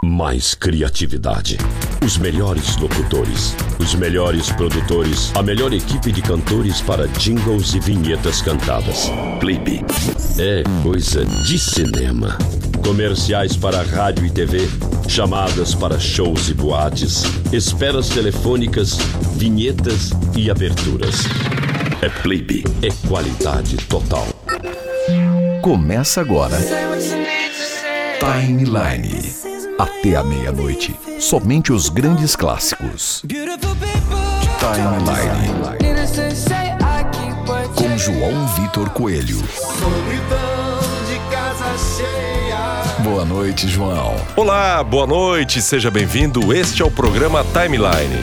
mais criatividade. Os melhores locutores, os melhores produtores, a melhor equipe de cantores para jingles e vinhetas cantadas. Plebe é coisa de cinema. Comerciais para rádio e TV, chamadas para shows e boates, esperas telefônicas, vinhetas e aberturas. É Plebe, é qualidade total. Começa agora Timeline. Até a meia-noite, somente os grandes clássicos. Timeline com João Vitor Coelho. Boa noite, João. Olá, boa noite, seja bem-vindo. Este é o programa Timeline.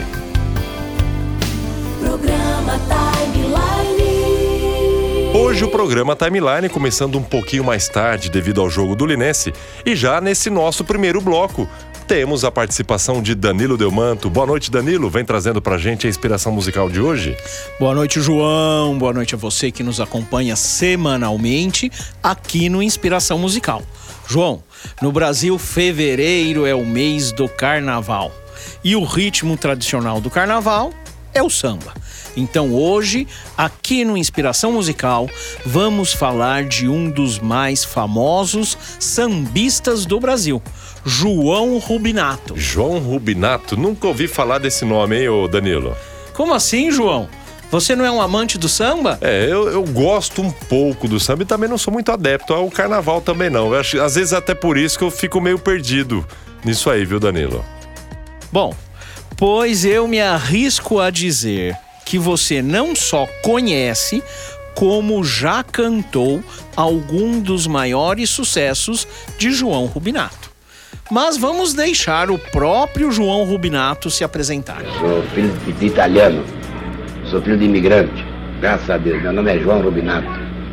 Hoje o programa Timeline começando um pouquinho mais tarde devido ao jogo do Linense. E já nesse nosso primeiro bloco temos a participação de Danilo Delmanto. Boa noite, Danilo. Vem trazendo pra gente a inspiração musical de hoje. Boa noite, João. Boa noite a você que nos acompanha semanalmente aqui no Inspiração Musical. João, no Brasil, fevereiro é o mês do carnaval. E o ritmo tradicional do carnaval é o samba. Então hoje, aqui no Inspiração Musical, vamos falar de um dos mais famosos sambistas do Brasil, João Rubinato. João Rubinato? Nunca ouvi falar desse nome, hein, ô Danilo? Como assim, João? Você não é um amante do samba? Eu gosto um pouco do samba e também não sou muito adepto ao carnaval também não. Eu acho, às vezes até por isso que eu fico meio perdido nisso aí, viu, Danilo? Bom, pois eu me arrisco a dizer que você não só conhece, como já cantou algum dos maiores sucessos de João Rubinato. Mas vamos deixar o próprio João Rubinato se apresentar. Sou filho de italiano, sou filho de imigrante, graças a Deus. Meu nome é João Rubinato.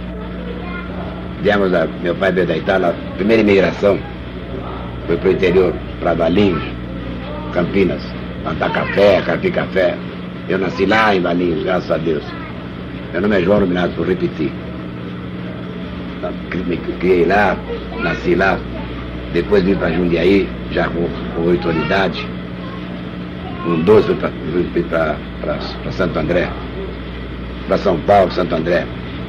Meu pai veio da Itália, a primeira imigração foi para o interior, para Valinhos, Campinas, plantar café, carpir café. Eu nasci lá em Valinhos, graças a Deus. Meu nome é João Rubinato, vou repetir. Me criei lá, nasci lá. Depois vim para Jundiaí, já com 8 anos de idade. Com 12 fui para Santo André. Para São Paulo, Santo André.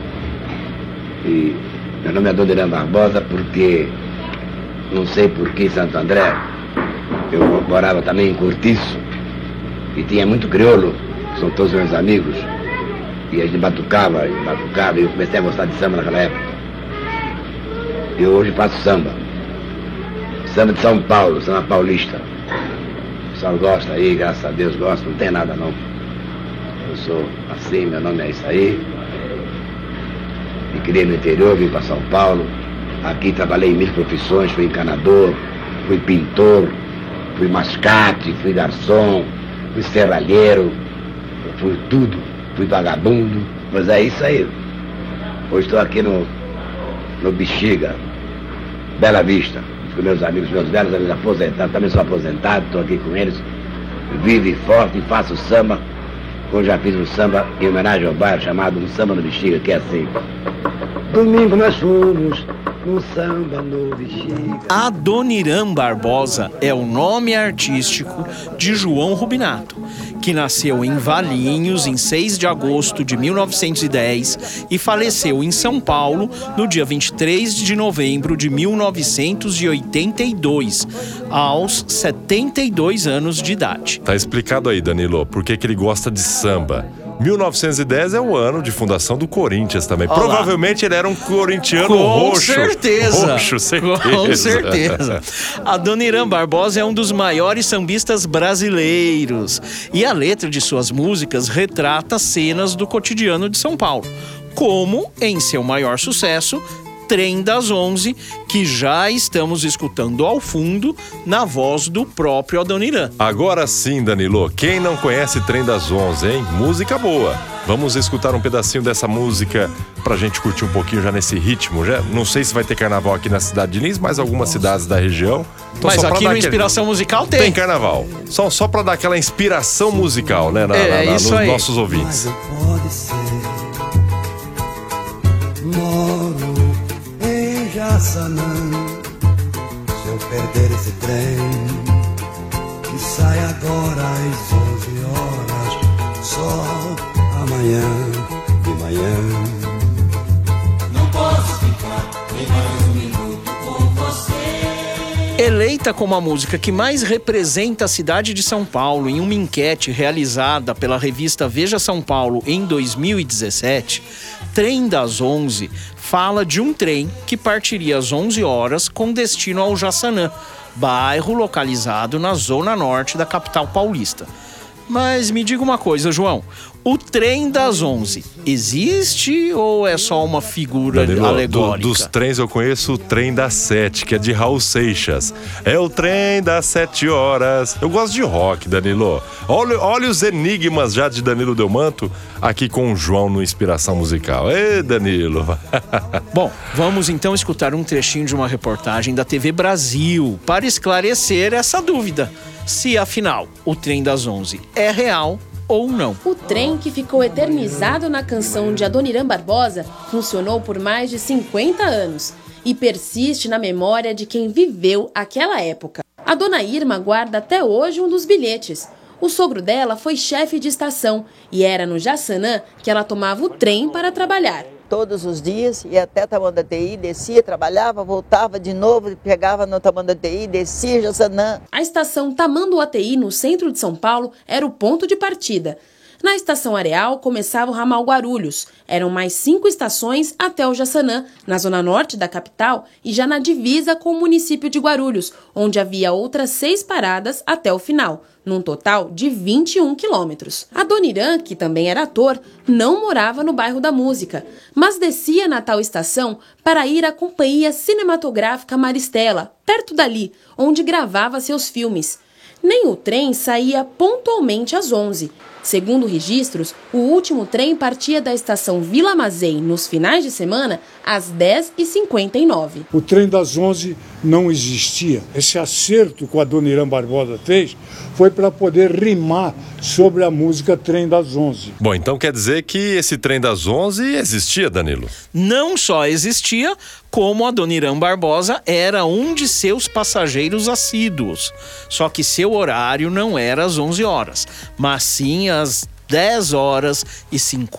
E meu nome é Adoniran Barbosa porque, não sei por que Santo André, eu morava também em Cortiço. E tinha muito crioulo, que são todos meus amigos. E a gente batucava, e eu comecei a gostar de samba naquela época. E hoje faço samba. Samba de São Paulo, samba paulista. O pessoal gosta aí, graças a Deus gosta, não tem nada não. Eu sou assim, meu nome é isso aí. Me criei no interior, vim para São Paulo. Aqui trabalhei em 1000 profissões, fui encanador, fui pintor, fui mascate, fui garçom, fui serralheiro, fui tudo, fui vagabundo, mas é isso aí. Hoje estou aqui no Bexiga, Bela Vista, com meus amigos, meus velhos amigos aposentados, também sou aposentado, estou aqui com eles, vivo e forte, faço samba. Hoje já fiz um samba em homenagem ao bairro chamado Um Samba no Bexiga, que é assim. Domingo nós fomos no samba no Bexiga. Adoniran Barbosa é o nome artístico de João Rubinato, que nasceu em Valinhos em 6 de agosto de 1910 e faleceu em São Paulo no dia 23 de novembro de 1982, aos 72 anos de idade. Tá explicado aí, Danilo, por que ele gosta de samba. 1910 é o ano de fundação do Corinthians também. Olá. Provavelmente ele era um corintiano Com roxo. certeza. Roxo, certeza. Com certeza. Adoniran Barbosa é um dos maiores sambistas brasileiros. E a letra de suas músicas retrata cenas do cotidiano de São Paulo. Como em seu maior sucesso, Trem das 11, que já estamos escutando ao fundo na voz do próprio Adoniran. Agora sim, Danilo, quem não conhece Trem das 11, hein? Música boa. Vamos escutar um pedacinho dessa música pra gente curtir um pouquinho já nesse ritmo. Já não sei se vai ter carnaval aqui na cidade de Lins, mas algumas cidades da região. Então, mas aqui no Inspiração Musical tem. Tem carnaval. Só pra dar aquela inspiração musical, né? Nos nossos ouvintes. Mas pode ser. Moro em Jaçanã. Se eu perder esse trem, 10, 11 horas, só amanhã de manhã. Não posso ficar nem mais um minuto com você. Eleita como a música que mais representa a cidade de São Paulo em uma enquete realizada pela revista Veja São Paulo em 2017, Trem das 11 fala de um trem que partiria às 11 horas com destino ao Jaçanã, bairro localizado na zona norte da capital paulista. Mas me diga uma coisa, João, o Trem das 11 existe ou é só uma figura Danilo, alegórica? Dos trens eu conheço o Trem das 7, que é de Raul Seixas. É o Trem das 7 horas. Eu gosto de rock, Danilo. Olha os enigmas já de Danilo Delmanto aqui com o João no Inspiração Musical. Ê, Danilo! Bom, vamos então escutar um trechinho de uma reportagem da TV Brasil para esclarecer essa dúvida. Se, afinal, o Trem das 11 é real ou não. O trem, que ficou eternizado na canção de Adoniran Barbosa, funcionou por mais de 50 anos e persiste na memória de quem viveu aquela época. A dona Irma guarda até hoje um dos bilhetes. O sogro dela foi chefe de estação e era no Jaçanã que ela tomava o trem para trabalhar. Todos os dias, ia até Tamanduateí, descia, trabalhava, voltava de novo, pegava no Tamanduateí, descia Jaçanã. A estação Tamanduateí, no centro de São Paulo, era o ponto de partida. Na estação Areal começava o ramal Guarulhos. Eram mais 5 estações até o Jaçanã, na zona norte da capital e já na divisa com o município de Guarulhos, onde havia outras 6 paradas até o final, num total de 21 quilômetros. Adoniran, que também era ator, não morava no bairro da Música, mas descia na tal estação para ir à Companhia Cinematográfica Maristela, perto dali, onde gravava seus filmes. Nem o trem saía pontualmente às 11. Segundo registros, o último trem partia da estação Vila Mazei nos finais de semana às 10h59. O Trem das 11 não existia. Esse acerto que o Adoniran Barbosa fez foi para poder rimar sobre a música Trem das 11. Bom, então quer dizer que esse Trem das 11 existia, Danilo? Não só existia, como Adoniran Barbosa era um de seus passageiros assíduos. Só que seu horário não era às 11 horas, mas sim às 10 horas e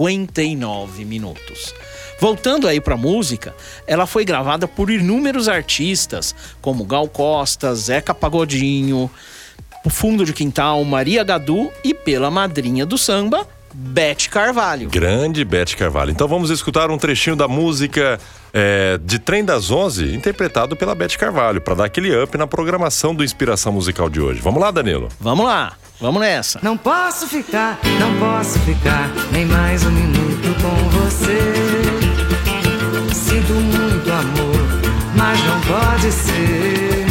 59 minutos. Voltando aí para a música, ela foi gravada por inúmeros artistas, como Gal Costa, Zeca Pagodinho, o Fundo de Quintal, Maria Gadu e pela madrinha do samba, Beth Carvalho. Grande Beth Carvalho. Então vamos escutar um trechinho da música de Trem das 11, interpretado pela Beth Carvalho, para dar aquele up na programação do Inspiração Musical de hoje. Vamos lá, Danilo? Vamos lá, vamos nessa. Não posso ficar nem mais um minuto com você. Sinto muito amor, mas não pode ser.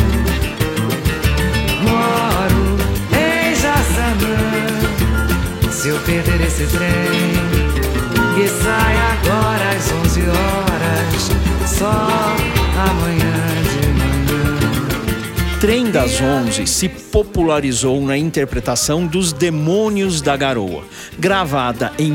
Moro em Jaçanã. Se eu perder esse trem, que sai agora às 11 horas, só amanhã de manhã. Trem das 11 se popularizou na interpretação dos Demônios da Garoa, gravada em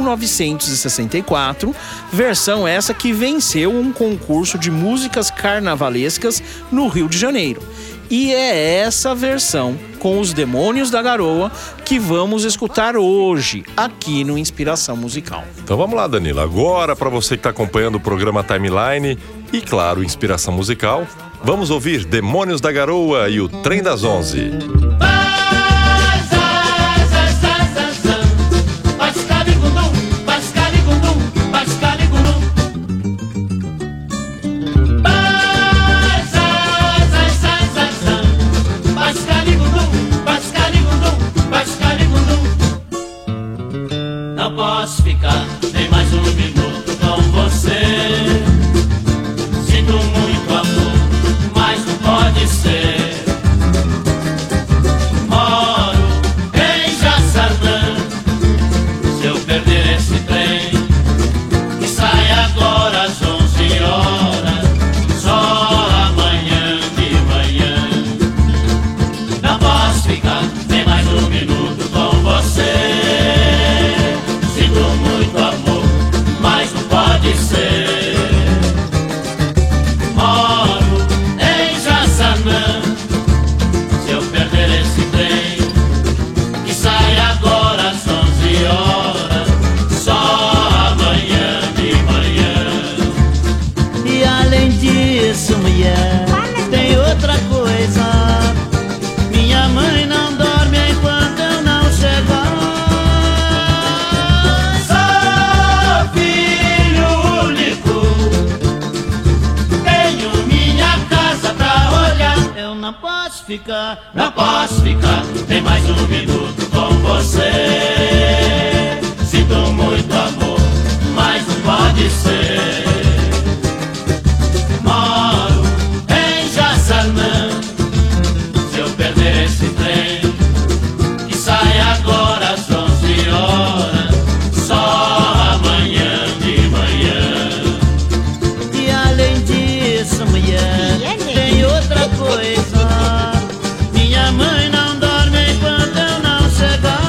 1964, versão essa que venceu um concurso de músicas carnavalescas no Rio de Janeiro. E é essa versão com os Demônios da Garoa que vamos escutar hoje, aqui no Inspiração Musical. Então vamos lá, Danilo. Agora, para você que está acompanhando o programa Timeline e, claro, Inspiração Musical, vamos ouvir Demônios da Garoa e o Trem das 11. Não posso ficar nem mais um minuto com você. Sinto muito amor, mas não pode ser. ficar, não posso ficar nem mais um minuto com você. Sinto muito amor, mas não pode ser. Moro em Jaçanã, se eu perder esse trem que sai agora às 11 horas, só amanhã de manhã. E além disso, mulher, tem outra coisa. Minha mãe não dorme enquanto eu não chegar.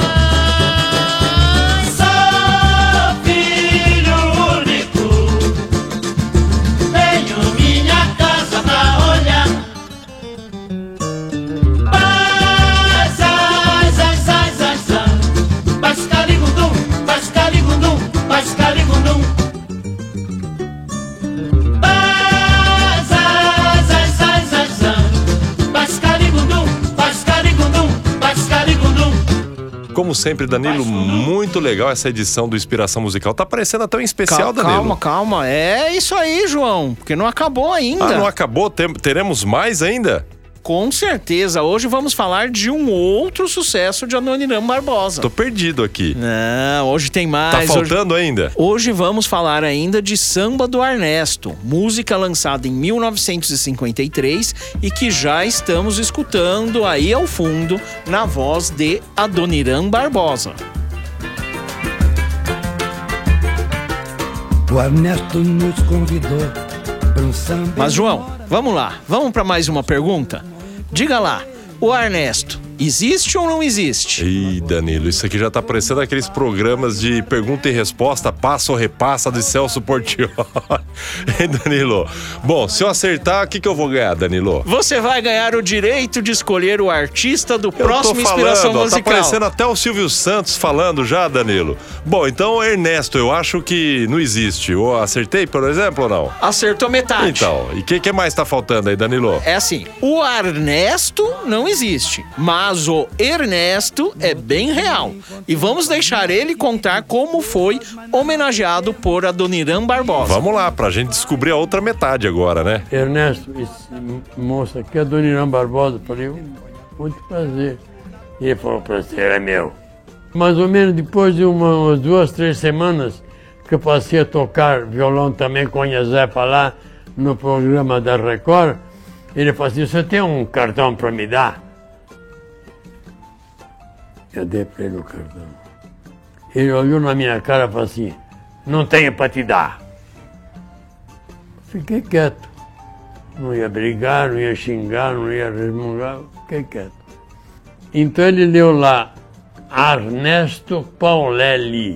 Sou filho único, tenho minha casa pra olhar. Bascaligundum, bascaligundum, bascaligundum. Bascaligundum, bascaligundum, bascaligundum. Como sempre, Danilo, muito legal essa edição do Inspiração Musical. Tá parecendo até um especial, Danilo. Calma. É isso aí, João, porque não acabou ainda. Ah, não acabou? Teremos mais ainda? Com certeza. Hoje vamos falar de um outro sucesso de Adoniran Barbosa. Tô perdido aqui. Não, hoje tem mais. Tá faltando ainda? Hoje vamos falar ainda de Samba do Arnesto, música lançada em 1953 e que já estamos escutando aí ao fundo na voz de Adoniran Barbosa. O Ernesto nos convidou para um samba. Mas, João, vamos lá. Vamos para mais uma pergunta? Diga lá, o Ernesto existe ou não existe? Ih, Danilo, isso aqui já tá parecendo aqueles programas de pergunta e resposta, passa ou repassa de Celso Portiolli. Hein, Danilo? Bom, se eu acertar, o que eu vou ganhar, Danilo? Você vai ganhar o direito de escolher o artista do próximo Inspiração Musical. Tá parecendo até o Silvio Santos falando já, Danilo. Bom, então, Ernesto, eu acho que não existe. Eu acertei, por exemplo, ou não? Acertou metade. Então, e o que mais tá faltando aí, Danilo? É assim, o Ernesto não existe, mas o Ernesto é bem real. E vamos deixar ele contar como foi homenageado por Adoniran Barbosa. Vamos lá, pra gente descobrir a outra metade agora, né? Ernesto, esse moço aqui é Adoniran Barbosa. Eu falei, muito prazer. E ele falou, prazer é meu. Mais ou menos depois de umas 2, 3 semanas que eu passei a tocar violão também com a Nhazepa lá no programa da Record, ele falou assim, você tem um cartão para me dar? Eu dei para ele o cartão. Ele olhou na minha cara e falou assim, não tenho para te dar. Fiquei quieto. Não ia brigar, não ia xingar, não ia resmungar, fiquei quieto. Então ele leu lá, Ernesto Paulelli.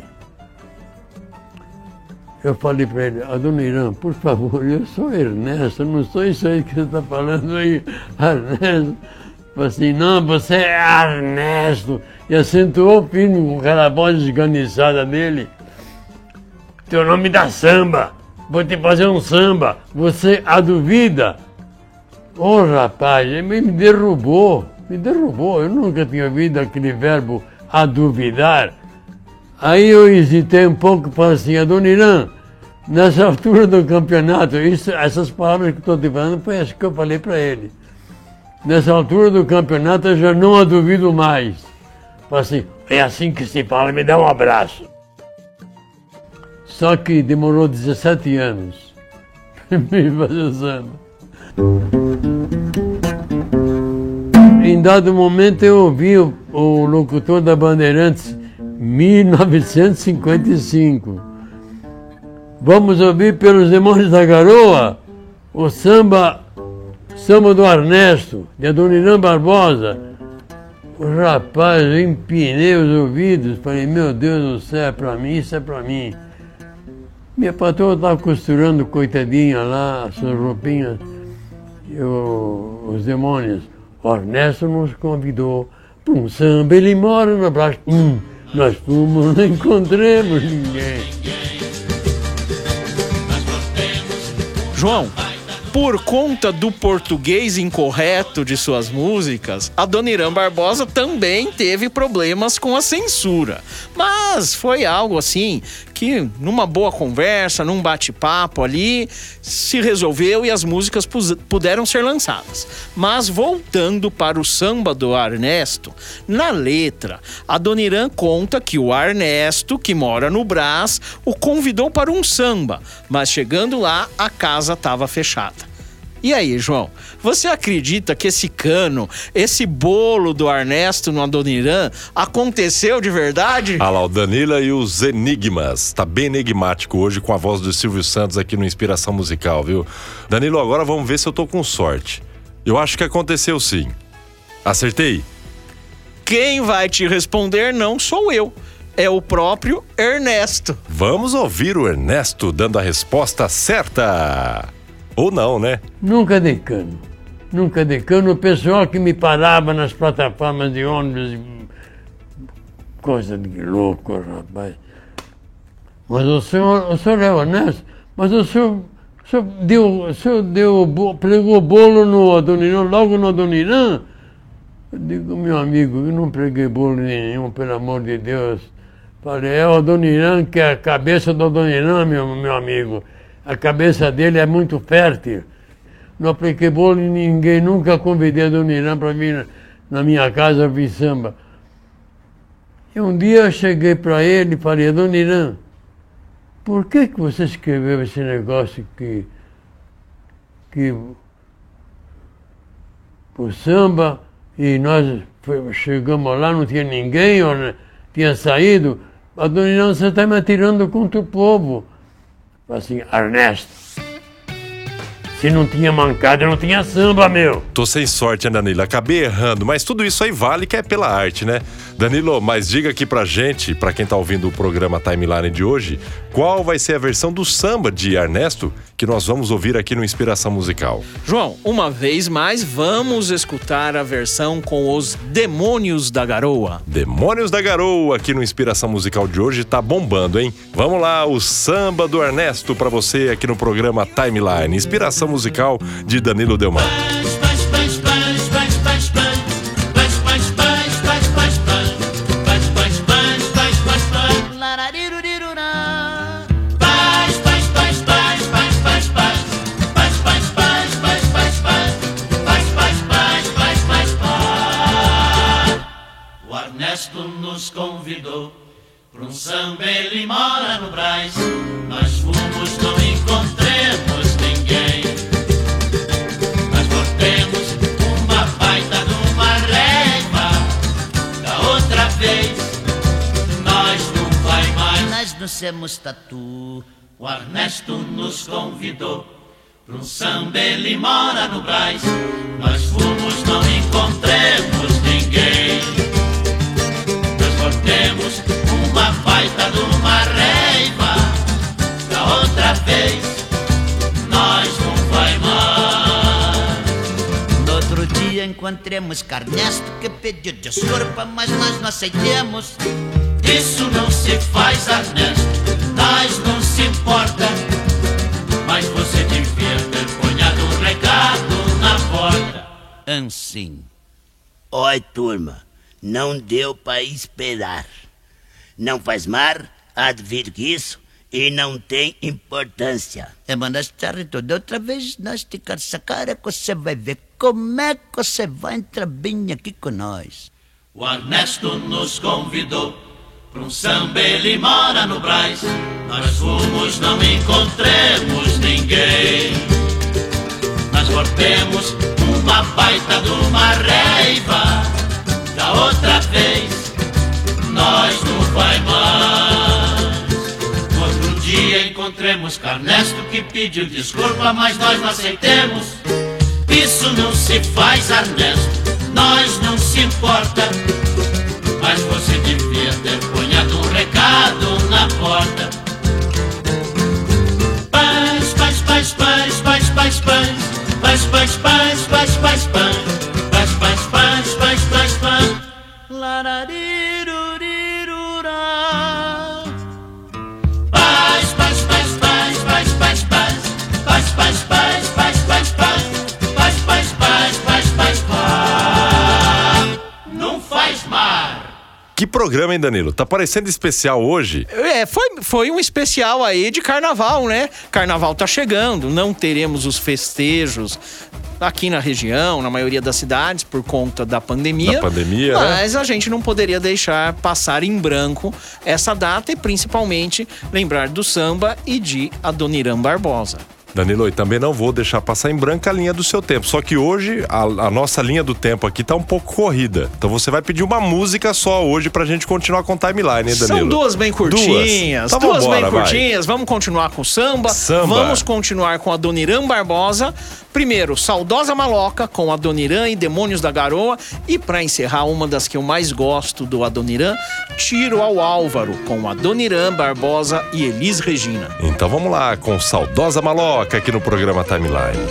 Eu falei para ele, Adoniran, por favor, eu sou Ernesto, não sou isso aí que você está falando aí, Ernesto. Falei assim, não, você é Ernesto. E acentuou o filho com aquela voz esganiçada dele. Teu nome dá samba, vou te fazer um samba, você a duvida. Ô rapaz, ele me derrubou, eu nunca tinha ouvido aquele verbo a duvidar. Aí eu hesitei um pouco e falei assim, Adoniran, nessa altura do campeonato, essas palavras que estou te falando foi as que eu falei para ele. Nessa altura do campeonato eu já não a duvido mais. Falei assim, é assim que se fala, me dá um abraço. Só que demorou 17 anos para me fazer o samba. Em dado momento eu ouvi o locutor da Bandeirantes, 1955. Vamos ouvir pelos Demônios da Garoa o samba do Ernesto, de Adoniran Barbosa. O rapaz, eu empinei os ouvidos, falei, meu Deus do céu, é pra mim, isso é pra mim. Minha patroa estava costurando, coitadinha lá, as suas roupinhas, e os Demônios. O Ernesto nos convidou para um samba, ele mora no Brás. Nós fomos, não encontramos ninguém. João, por conta do português incorreto de suas músicas, Adoniran Barbosa também teve problemas com a censura. Mas foi algo assim que numa boa conversa, num bate-papo ali, se resolveu e as músicas puderam ser lançadas. Mas voltando para o samba do Arnesto, na letra, a Dona Irã conta que o Arnesto, que mora no Brás, o convidou para um samba, mas chegando lá, a casa estava fechada. E aí, João, você acredita que esse cano, esse bolo do Arnesto no Dona Irã aconteceu de verdade? Ah lá, o Danilo e os enigmas. Tá bem enigmático hoje com a voz do Silvio Santos aqui no Inspiração Musical, viu? Danilo, agora vamos ver se eu tô com sorte. Eu acho que aconteceu sim. Acertei? Quem vai te responder não sou eu. É o próprio Ernesto. Vamos ouvir o Ernesto dando a resposta certa. Ou não, né? Nunca dei cano. Nunca dei cano. O pessoal que me parava nas plataformas de ônibus, coisa de louco, rapaz. Mas o senhor é honesto. Mas o senhor pregou bolo no Dona Irã, logo no Dona Irã? Eu digo, meu amigo, eu não preguei bolo nenhum, pelo amor de Deus. Falei, é o Dona Irã, que é a cabeça do Dona Irã, meu amigo. A cabeça dele é muito fértil. Não apliquei bolo em ninguém, nunca convidei a Dona Irã para vir na minha casa ouvir samba. E um dia eu cheguei para ele e falei, Dona Irã, por que você escreveu esse negócio que o samba, e nós chegamos lá, não tinha ninguém, tinha saído, a Dona Irã, você está me atirando contra o povo. Assim, Ernesto, se não tinha mancada, não tinha samba, meu. Tô sem sorte, né, Danilo? Acabei errando, mas tudo isso aí vale que é pela arte, né? Danilo, mas diga aqui pra gente, pra quem tá ouvindo o programa Timeline de hoje, qual vai ser a versão do samba de Ernesto que nós vamos ouvir aqui no Inspiração Musical? João, uma vez mais, vamos escutar a versão com os Demônios da Garoa. Demônios da Garoa, aqui no Inspiração Musical de hoje, tá bombando, hein? Vamos lá, o samba do Ernesto pra você aqui no programa Timeline, Inspiração Musical de Danilo Delmanto. Nos convidou para um samba, ele mora no Brás. Nós fomos, não encontremos ninguém. Nós voltemos uma baita de uma raiva. Da outra vez, nós não vai mais. Nós não somos tatu. O Ernesto nos convidou para um samba, ele mora no Brás. Nós fomos, não encontremos ninguém. Temos uma baita de uma raiva. Da outra vez, nós não vai mais. No outro dia encontremos Ernesto, que pediu desculpa, mas nós não aceitamos. Isso não se faz, Ernesto, nós não se importa. Mas você devia ter ponhado um recado na porta. Assim. Oi, turma. Não deu para esperar. Não faz mal, advir isso, e não tem importância. Mas nós toda outra vez, nós te essa cara que você vai ver como é que você vai entrar bem aqui com nós. O Ernesto nos convidou para um samba, ele mora no Brás. Nós fomos, não encontremos ninguém. Nós voltemos uma baita de uma raiva. Da outra vez, nós não vai mais. No outro dia encontremos Ernesto, que pediu desculpa, mas nós não aceitemos. Isso não se faz, Ernesto, nós não se importa. Mas você devia ter ponhado um recado na porta. Paz, paz, paz, paz, paz, paz, paz, paz, paz, paz, paz, paz, paz. Paz, paz, paz, paz, paz, paz. Lararirurirura. Paz, paz, paz, paz, paz, paz, paz. Paz, paz, paz, paz, paz, paz. Paz, paz, paz, paz, paz, paz. Não faz mar. Que programa, hein, Danilo? Tá parecendo especial hoje? Foi um especial aí de carnaval, né? Carnaval tá chegando, não teremos os festejos aqui na região, na maioria das cidades, por conta da pandemia. Mas a gente não poderia deixar passar em branco essa data e principalmente lembrar do samba e de Adoniran Barbosa. Danilo, e também não vou deixar passar em branco a linha do seu tempo. Só que hoje a nossa linha do tempo aqui tá um pouco corrida. Então você vai pedir uma música só hoje pra gente continuar com o timeline, hein, Danilo? São duas bem curtinhas. Então vambora, bem curtinhas. Vamos continuar com o samba. Vamos continuar com Adoniran Barbosa. Primeiro, Saudosa Maloca, com Adoniran e Demônios da Garoa. E pra encerrar, uma das que eu mais gosto do Adoniran, Tiro ao Álvaro, com Adoniran Barbosa e Elis Regina. Então vamos lá, com Saudosa Maloca aqui no programa Timeline.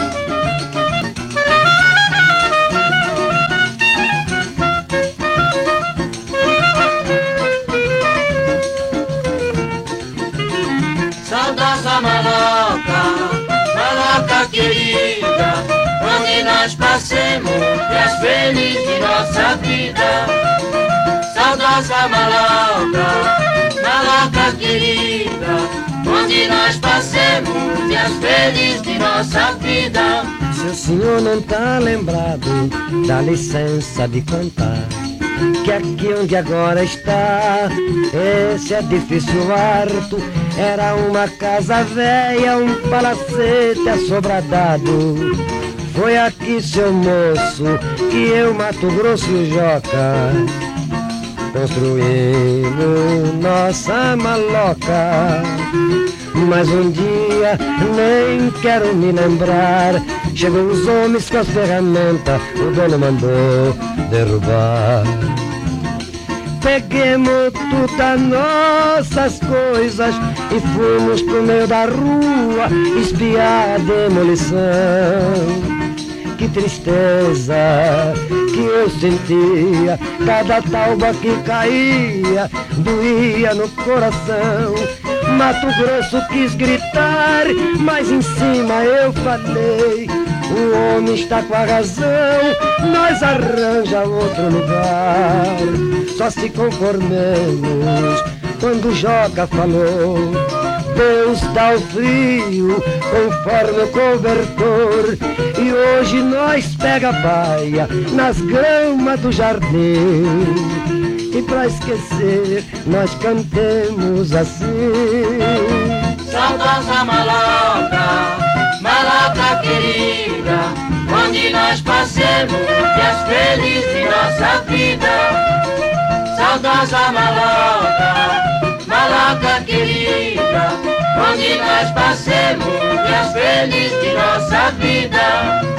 Saudosa maloca, maloca querida, onde nós passemos dias felizes de nossa vida. Saudosa maloca, maloca querida, onde nós passemos dias felizes de nossa vida. Se o senhor não tá lembrado, dá licença de contar que aqui onde agora está, esse edifício alto era uma casa velha, um palacete assobradado. Foi aqui, seu moço, que eu, Mato Grosso e o Joca construímos nossa maloca. Mas um dia, nem quero me lembrar, chegou os homens com as ferramentas, o dono mandou derrubar. Peguemos todas nossas coisas e fomos pro meio da rua espiar a demolição. Que tristeza que eu sentia, cada tauba que caía doía no coração. Mato Grosso quis gritar, mas em cima eu falei: o homem está com a razão, nós arranja outro lugar. Só se conformemos quando o Joca falou: Deus dá o frio conforme o cobertor. E hoje nós pega a baia nas gramas do jardim. E pra esquecer nós cantemos assim: Saudosa maloca, maloca querida, onde nós passemos dias felizes de nossa vida. Saudosa maloca, maloca querida, onde nós passemos dias felizes de nossa vida.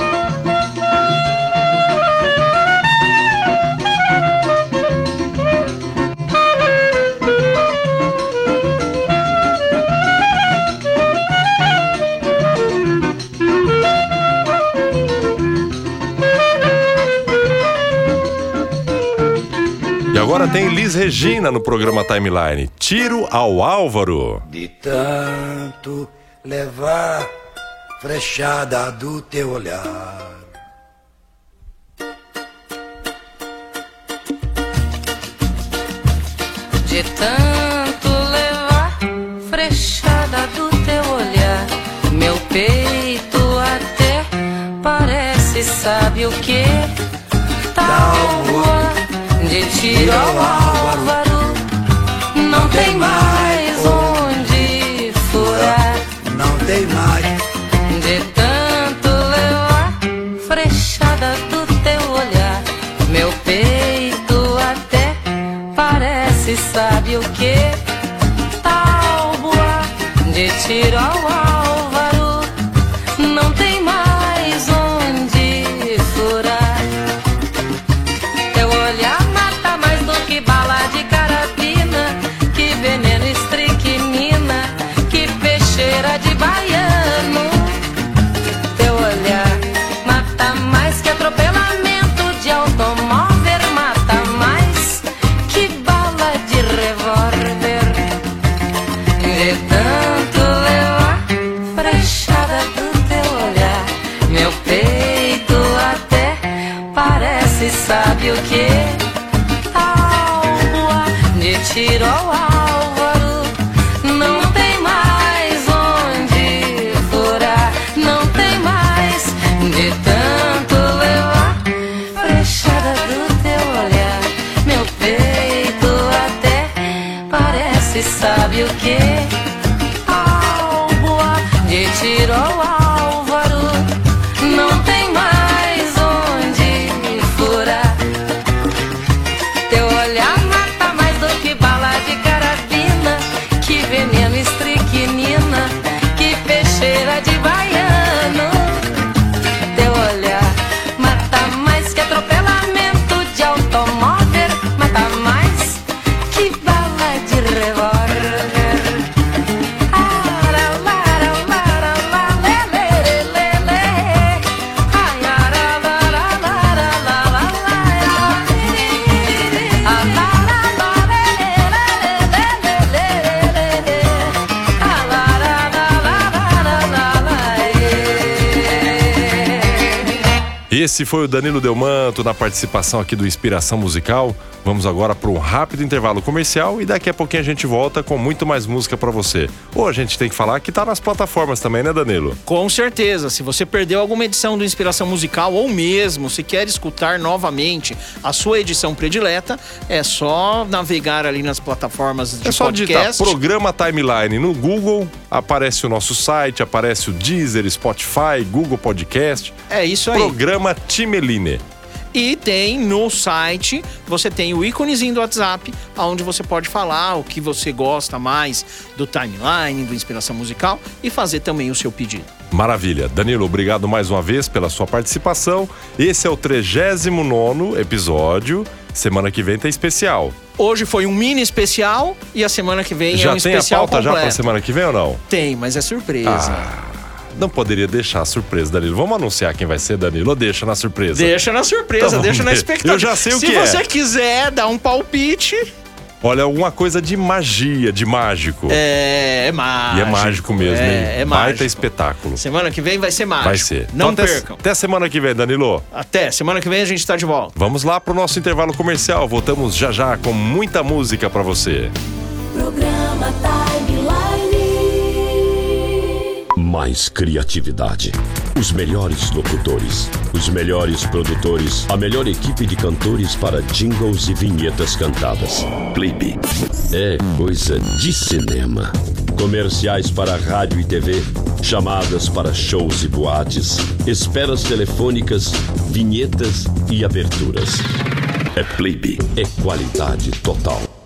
E agora tem Elis Regina no programa Timeline. Tiro ao Álvaro. De tanto levar frechada do teu olhar, de tanto levar frechada do teu olhar, meu peito até parece, sabe o que? Tábua de tiro ao Álvaro, não tem mais onde furar, não tem mais. De tanto levar frechada do teu olhar, meu peito até parece, sabe o que? Tábua de tiro ao Álvaro, não tem mais onde furar. Teu olhar mata mais do que bala de carabina, que veneno estricnina, que peixeira de baiano. Teu olhar mata mais que atropelamento de automóvel, mata mais que bala de revólver. De tanto levar frechada do teu olhar, meu peito até parece, sabe o que? Tábua Tiro ao Álvaro, não tem mais onde furar, não tem mais de tanto levar frechada do teu olhar. Meu peito até parece, sabe o que? Algoa de tiro ao Álvaro, não tem mais onde furar. Teu olhar mata mais do que bala de carabina, que veneno estricnina, que peixeira de baiano. Teu olhar mata mais que atropelamento de automóvel, mata mais que bala de revólver. Esse foi o Danilo Delmanto na participação aqui do Inspiração Musical. Vamos agora para um rápido intervalo comercial e daqui a pouquinho a gente volta com muito mais música para você. Ou a gente tem que falar que tá nas plataformas também, né, Danilo? Com certeza. Se você perdeu alguma edição do Inspiração Musical ou mesmo se quer escutar novamente a sua edição predileta, é só navegar ali nas plataformas de podcast. É só digitar Programa Timeline no Google, aparece o nosso site, aparece o Deezer, Spotify, Google Podcast. É isso aí. Programa Timeline. E tem no site, você tem o íconezinho do WhatsApp, onde você pode falar o que você gosta mais do Timeline, do Inspiração Musical e fazer também o seu pedido. Maravilha. Danilo, obrigado mais uma vez pela sua participação. Esse é o 39º episódio. Semana que vem tem especial. Hoje foi um mini especial e a semana que vem já é um especial completo. Já tem a pauta completo. já pra semana que vem ou não? Tem, mas é surpresa. Não poderia deixar a surpresa, Danilo. Vamos anunciar quem vai ser, Danilo? Ou deixa na surpresa? Deixa na surpresa, então, deixa na expectativa. Eu já sei o que Se é. você quiser dar um palpite... Olha, alguma coisa de magia, de mágico. É mágico. E é mágico mesmo, hein? É mágico. Baita espetáculo. Semana que vem vai ser mágico. Vai ser. Não então, percam. Até semana que vem, Danilo. Até. Semana que vem a gente tá de volta. Vamos lá pro nosso intervalo comercial. Voltamos já já com muita música pra você. Programa Timeline. Mais criatividade. Os melhores locutores, os melhores produtores, a melhor equipe de cantores para jingles e vinhetas cantadas. Clipe. É coisa de cinema. Comerciais para rádio e TV, chamadas para shows e boates, esperas telefônicas, vinhetas e aberturas. É Clipe. É qualidade total.